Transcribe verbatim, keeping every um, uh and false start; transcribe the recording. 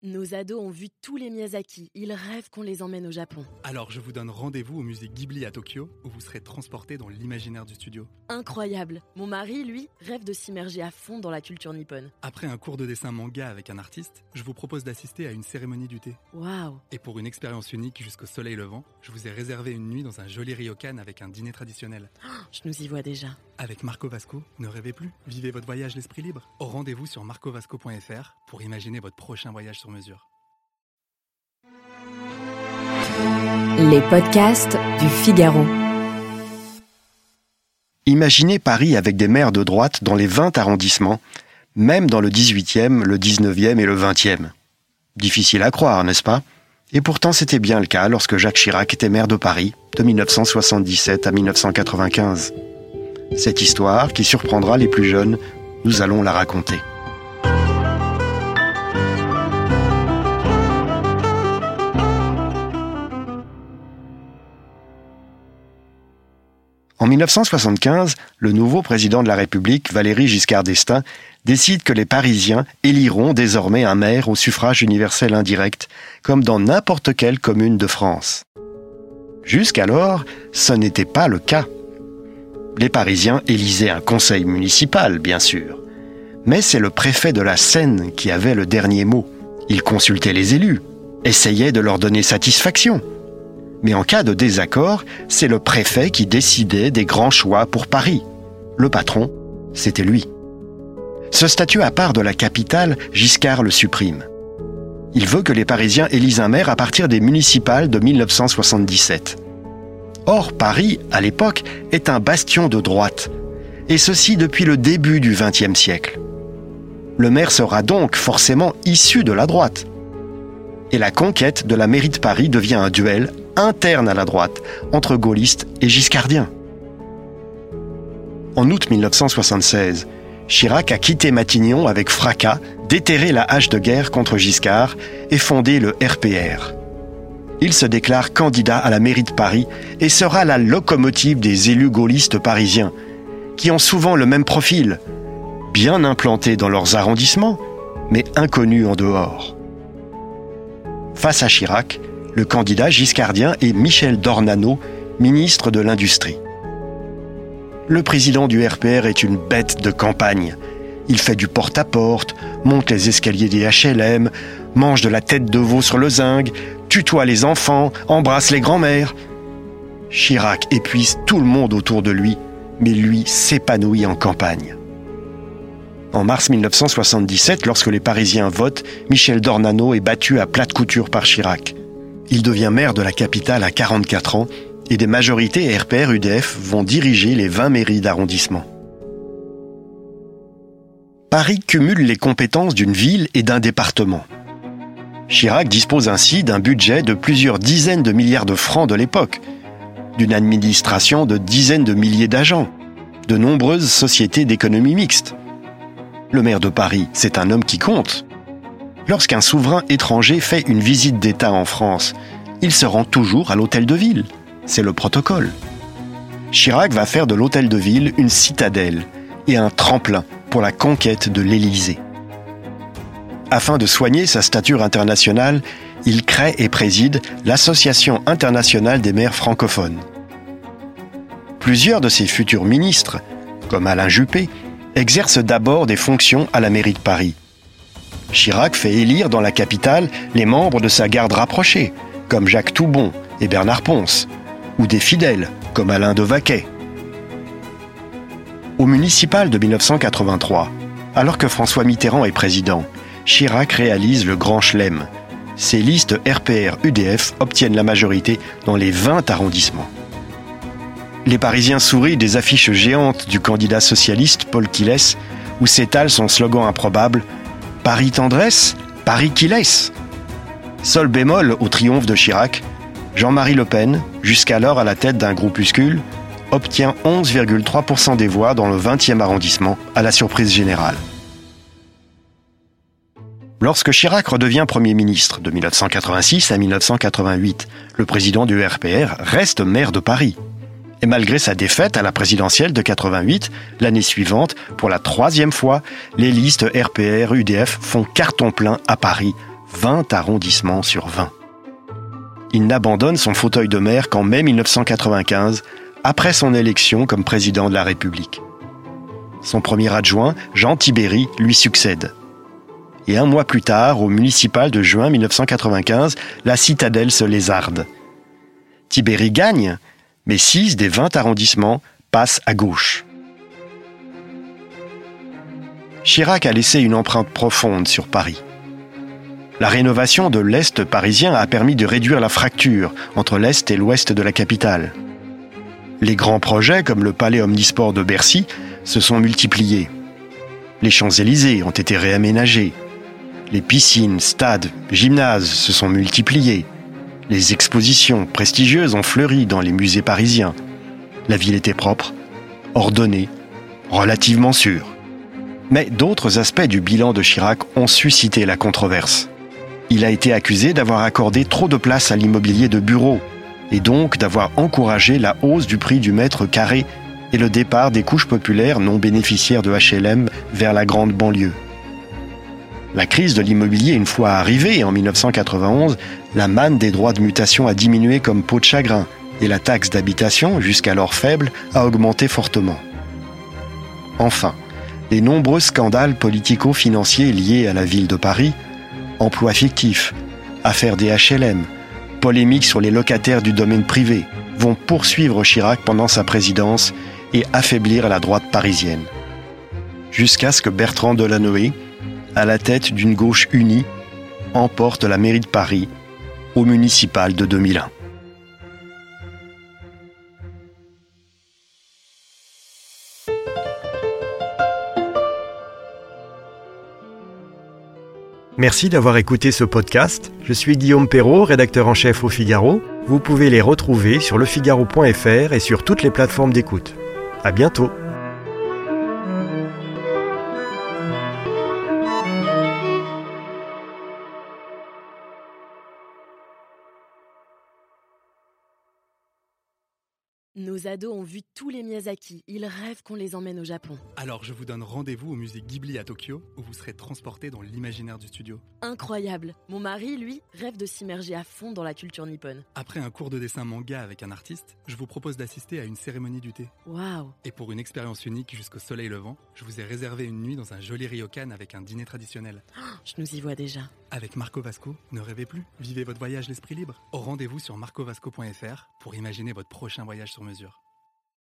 Nos ados ont vu tous les Miyazaki. Ils rêvent qu'on les emmène au Japon. Alors je vous donne rendez-vous au musée Ghibli à Tokyo, où vous serez transportés dans l'imaginaire du studio. Incroyable. Mon mari, lui, rêve de s'immerger à fond dans la culture nippone. Après un cours de dessin manga avec un artiste, je vous propose d'assister à une cérémonie du thé. Waouh. Et pour une expérience unique jusqu'au soleil levant, je vous ai réservé une nuit dans un joli ryokan avec un dîner traditionnel. Oh, je nous y vois déjà. Avec Marco Vasco, ne rêvez plus, vivez votre voyage l'esprit libre. Au rendez-vous sur marco vasco point f r pour imaginer votre prochain voyage sur mesure. Les podcasts du Figaro. Imaginez Paris avec des maires de droite dans les vingt arrondissements, même dans le dix-huitième, le dix-neuvième et le vingtième. Difficile à croire, n'est-ce pas ? Et pourtant c'était bien le cas lorsque Jacques Chirac était maire de Paris, de dix-neuf cent soixante-dix-sept à dix-neuf cent quatre-vingt-quinze. Cette histoire, qui surprendra les plus jeunes, nous allons la raconter. En dix-neuf cent soixante-quinze, le nouveau président de la République, Valéry Giscard d'Estaing, décide que les Parisiens éliront désormais un maire au suffrage universel indirect, comme dans n'importe quelle commune de France. Jusqu'alors, ce n'était pas le cas. Les Parisiens élisaient un conseil municipal, bien sûr. Mais c'est le préfet de la Seine qui avait le dernier mot. Il consultait les élus, essayait de leur donner satisfaction. Mais en cas de désaccord, c'est le préfet qui décidait des grands choix pour Paris. Le patron, c'était lui. Ce statut à part de la capitale, Giscard le supprime. Il veut que les Parisiens élisent un maire à partir des municipales de dix-neuf cent soixante-dix-sept. Or, Paris, à l'époque, est un bastion de droite, et ceci depuis le début du vingtième siècle. Le maire sera donc forcément issu de la droite. Et la conquête de la mairie de Paris devient un duel interne à la droite, entre gaullistes et giscardiens. En août dix-neuf cent soixante-seize, Chirac a quitté Matignon avec fracas, déterré la hache de guerre contre Giscard et fondé le R P R. Il se déclare candidat à la mairie de Paris et sera la locomotive des élus gaullistes parisiens, qui ont souvent le même profil, bien implantés dans leurs arrondissements, mais inconnus en dehors. Face à Chirac, le candidat giscardien est Michel Dornano, ministre de l'Industrie. Le président du R P R est une bête de campagne. Il fait du porte-à-porte, monte les escaliers des H L M, mange de la tête de veau sur le zinc, tutoie les enfants, embrasse les grands-mères. Chirac épuise tout le monde autour de lui, mais lui s'épanouit en campagne. En mars dix-neuf cent soixante-dix-sept, lorsque les Parisiens votent, Michel Dornano est battu à plate couture par Chirac. Il devient maire de la capitale à quarante-quatre ans et des majorités R P R U D F vont diriger les vingt mairies d'arrondissement. Paris cumule les compétences d'une ville et d'un département. Chirac dispose ainsi d'un budget de plusieurs dizaines de milliards de francs de l'époque, d'une administration de dizaines de milliers d'agents, de nombreuses sociétés d'économie mixte. Le maire de Paris, c'est un homme qui compte. Lorsqu'un souverain étranger fait une visite d'État en France, il se rend toujours à l'hôtel de ville. C'est le protocole. Chirac va faire de l'hôtel de ville une citadelle et un tremplin pour la conquête de l'Élysée. Afin de soigner sa stature internationale, il crée et préside l'Association internationale des maires francophones. Plusieurs de ses futurs ministres, comme Alain Juppé, exercent d'abord des fonctions à la mairie de Paris. Chirac fait élire dans la capitale les membres de sa garde rapprochée, comme Jacques Toubon et Bernard Pons, ou des fidèles, comme Alain de Vaquet. Au municipal de dix-neuf cent quatre-vingt-trois, alors que François Mitterrand est président, Chirac réalise le grand chelem. Ses listes R P R U D F obtiennent la majorité dans les vingt arrondissements. Les Parisiens sourient des affiches géantes du candidat socialiste Paul Quilès, où s'étale son slogan improbable « Paris tendresse, Paris qui laisse ». Seul bémol au triomphe de Chirac, Jean-Marie Le Pen, jusqu'alors à la tête d'un groupuscule, obtient onze virgule trois pour cent des voix dans le vingtième arrondissement, à la surprise générale. Lorsque Chirac redevient Premier ministre de dix-neuf cent quatre-vingt-six à dix-neuf cent quatre-vingt-huit, le président du R P R reste maire de Paris. Et malgré sa défaite à la présidentielle de quatre-vingt-huit, l'année suivante, pour la troisième fois, les listes R P R U D F font carton plein à Paris, vingt arrondissements sur vingt. Il n'abandonne son fauteuil de maire qu'en mai mille neuf cent quatre-vingt-quinze, après son élection comme président de la République. Son premier adjoint, Jean Tibéri, lui succède. Et un mois plus tard, au municipal de juin mille neuf cent quatre-vingt-quinze, la citadelle se lézarde. Tibéri gagne, mais six des vingt arrondissements passent à gauche. Chirac a laissé une empreinte profonde sur Paris. La rénovation de l'Est parisien a permis de réduire la fracture entre l'Est et l'Ouest de la capitale. Les grands projets, comme le palais omnisport de Bercy, se sont multipliés. Les Champs-Élysées ont été réaménagés. Les piscines, stades, gymnases se sont multipliés. Les expositions prestigieuses ont fleuri dans les musées parisiens. La ville était propre, ordonnée, relativement sûre. Mais d'autres aspects du bilan de Chirac ont suscité la controverse. Il a été accusé d'avoir accordé trop de place à l'immobilier de bureaux et donc d'avoir encouragé la hausse du prix du mètre carré et le départ des couches populaires non bénéficiaires de H L M vers la grande banlieue. La crise de l'immobilier une fois arrivée en mille neuf cent quatre-vingt-onze, la manne des droits de mutation a diminué comme peau de chagrin et la taxe d'habitation, jusqu'alors faible, a augmenté fortement. Enfin, les nombreux scandales politico-financiers liés à la ville de Paris, emplois fictifs, affaires des H L M, polémiques sur les locataires du domaine privé, vont poursuivre Chirac pendant sa présidence et affaiblir la droite parisienne. Jusqu'à ce que Bertrand Delanoë, à la tête d'une gauche unie, emporte la mairie de Paris au municipal de deux mille un. Merci d'avoir écouté ce podcast. Je suis Guillaume Perrault, rédacteur en chef au Figaro. Vous pouvez les retrouver sur le figaro point f r et sur toutes les plateformes d'écoute. À bientôt. Nos ados ont vu tous les Miyazaki. Ils rêvent qu'on les emmène au Japon. Alors je vous donne rendez-vous au musée Ghibli à Tokyo, où vous serez transporté dans l'imaginaire du studio. Incroyable. Mon mari, lui, rêve de s'immerger à fond dans la culture nippone. Après un cours de dessin manga avec un artiste, je vous propose d'assister à une cérémonie du thé. Waouh. Et pour une expérience unique jusqu'au soleil levant, je vous ai réservé une nuit dans un joli ryokan avec un dîner traditionnel. Oh, je nous y vois déjà. Avec Marco Vasco, ne rêvez plus, vivez votre voyage l'esprit libre. Au rendez-vous sur marco vasco point f r pour imaginer votre prochain voyage sur mesure.